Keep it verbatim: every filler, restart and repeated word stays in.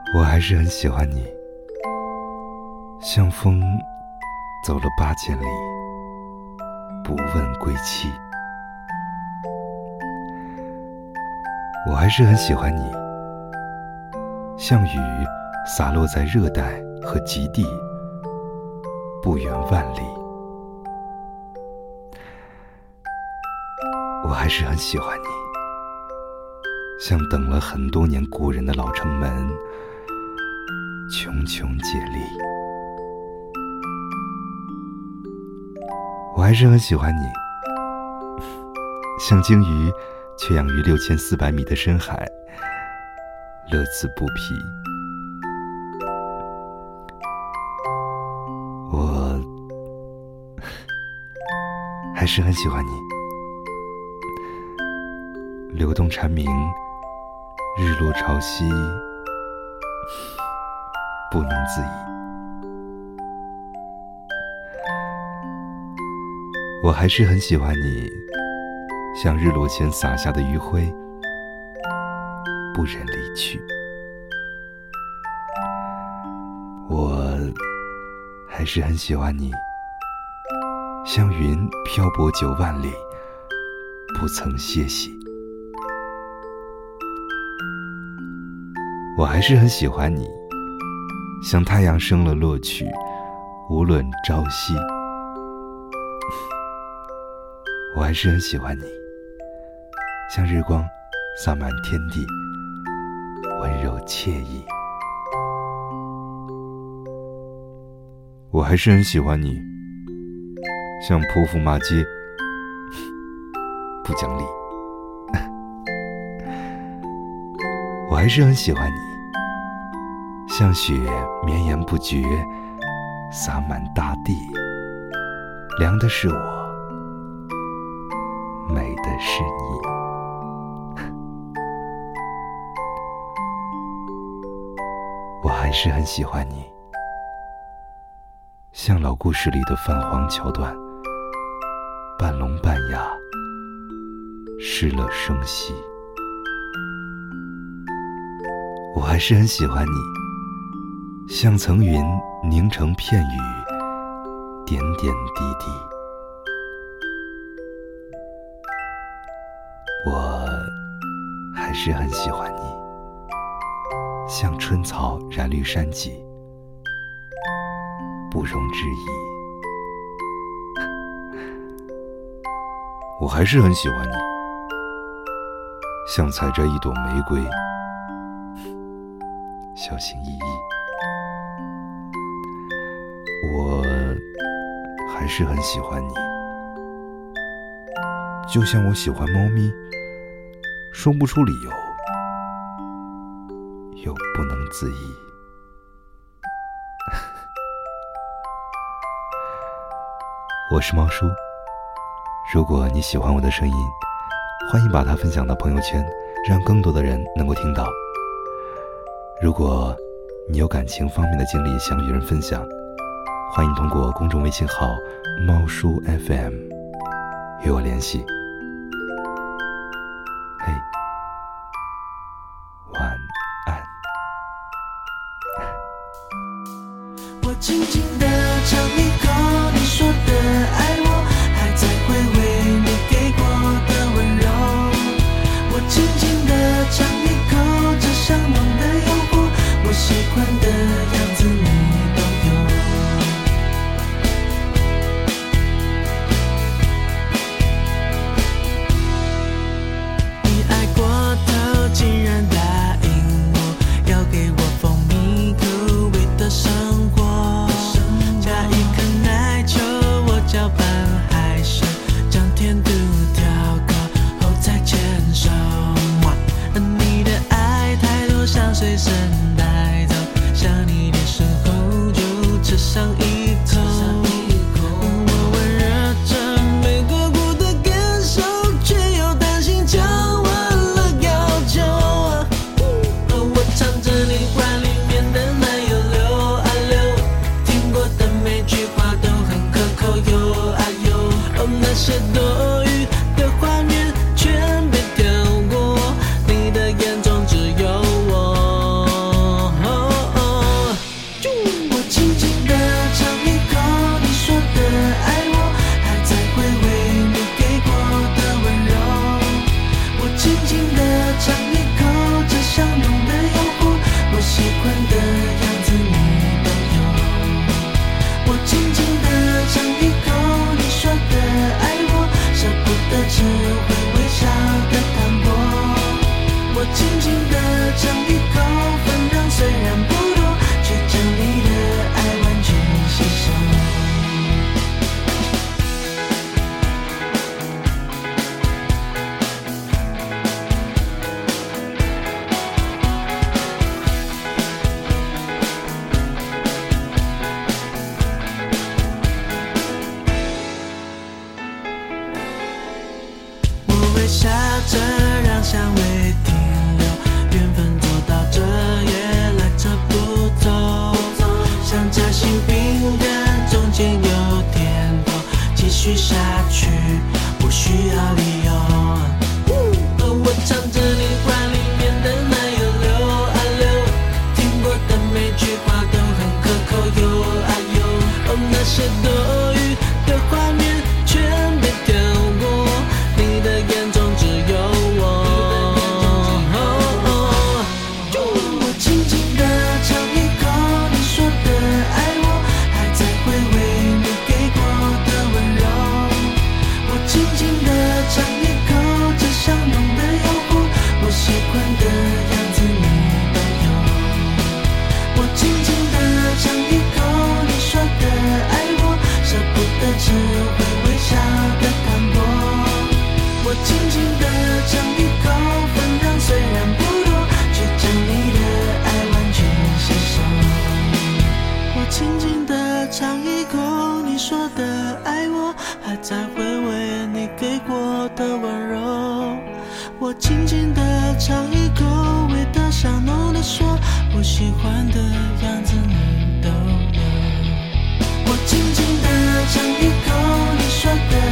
我还是很喜欢你，像风走了八千里，不问归期。我还是很喜欢你，像雨洒落在热带和极地，不远万里。我还是很喜欢你，像等了很多年故人的老城门，茕茕孑立。我还是很喜欢你，像鲸鱼却养于六千四百米的深海，乐此不疲。我还是很喜欢你，流动蝉鸣，日落潮汐，不能自已。我还是很喜欢你，像日落前洒下的余晖，不忍离去。我还是很喜欢你，像云漂泊九万里，不曾歇息。我还是很喜欢你，像太阳升了落去，无论朝夕。我还是很喜欢你，像日光洒满天地，温柔惬意。我还是很喜欢你，像泼妇骂街，不讲理。我还是很喜欢你，像雪绵延不绝，洒满大地，凉的是我，美的是你。我还是很喜欢你，像老故事里的泛黄桥段，半聋半哑，失了声息。我还是很喜欢你，像层云凝成片语，点点滴滴。我还是很喜欢你，像春草染绿山脊，不容置疑。我还是很喜欢你，像采着一朵玫瑰，小心翼翼。我还是很喜欢你，就像我喜欢猫咪，说不出理由，又不能自已。我是猫叔，如果你喜欢我的声音，欢迎把它分享到朋友圈，让更多的人能够听到。如果你有感情方面的经历想与人分享，欢迎通过公众微信号猫叔 F M 与我联系。嘿，晚安。 我轻轻地尝一口你说的爱我，还在回味你给过的温柔。我轻轻地尝一口这香浓的诱惑，我喜欢的样子你都有。你爱过头，竟然答应我要给我蜂蜜口味的生活，加一颗奶球，我搅拌海参，将甜度调高后再牵手。你的爱太多，想随身带走，想你的时候就吃上一口。我温热着没过过的感受，却又担心讲完了要求。我唱着你碗里面的奶油溜啊溜，听过的每句话都很可口哟啊哟。那些多余的画面全被跳过，你的眼中只有我。 微笑着让香味停留，缘分走到这也来者不走，像夹心饼干中间有甜头，继续下去不需要理由。而我唱着你怀里面的奶油溜啊溜，听过的每句话都很可口哟啊哟，哦那些多余的画面全被跳过，你的眼中只有我。我轻轻地尝一口你说的爱我，还在回味你给过的温柔。我轻轻地尝一口这香浓的诱惑，我喜欢的样子你都有。我轻轻地尝一口你说的爱我，舍不得只会微笑的淡薄。我轻轻地尝一口，分量虽然不多，却将你的爱完全吸收。我轻轻地尝一口你说的爱我，还在回味你给过的温柔。我轻轻地尝一口，味道香浓的说，我喜欢的样子你都有。我轻轻地尝一口你说的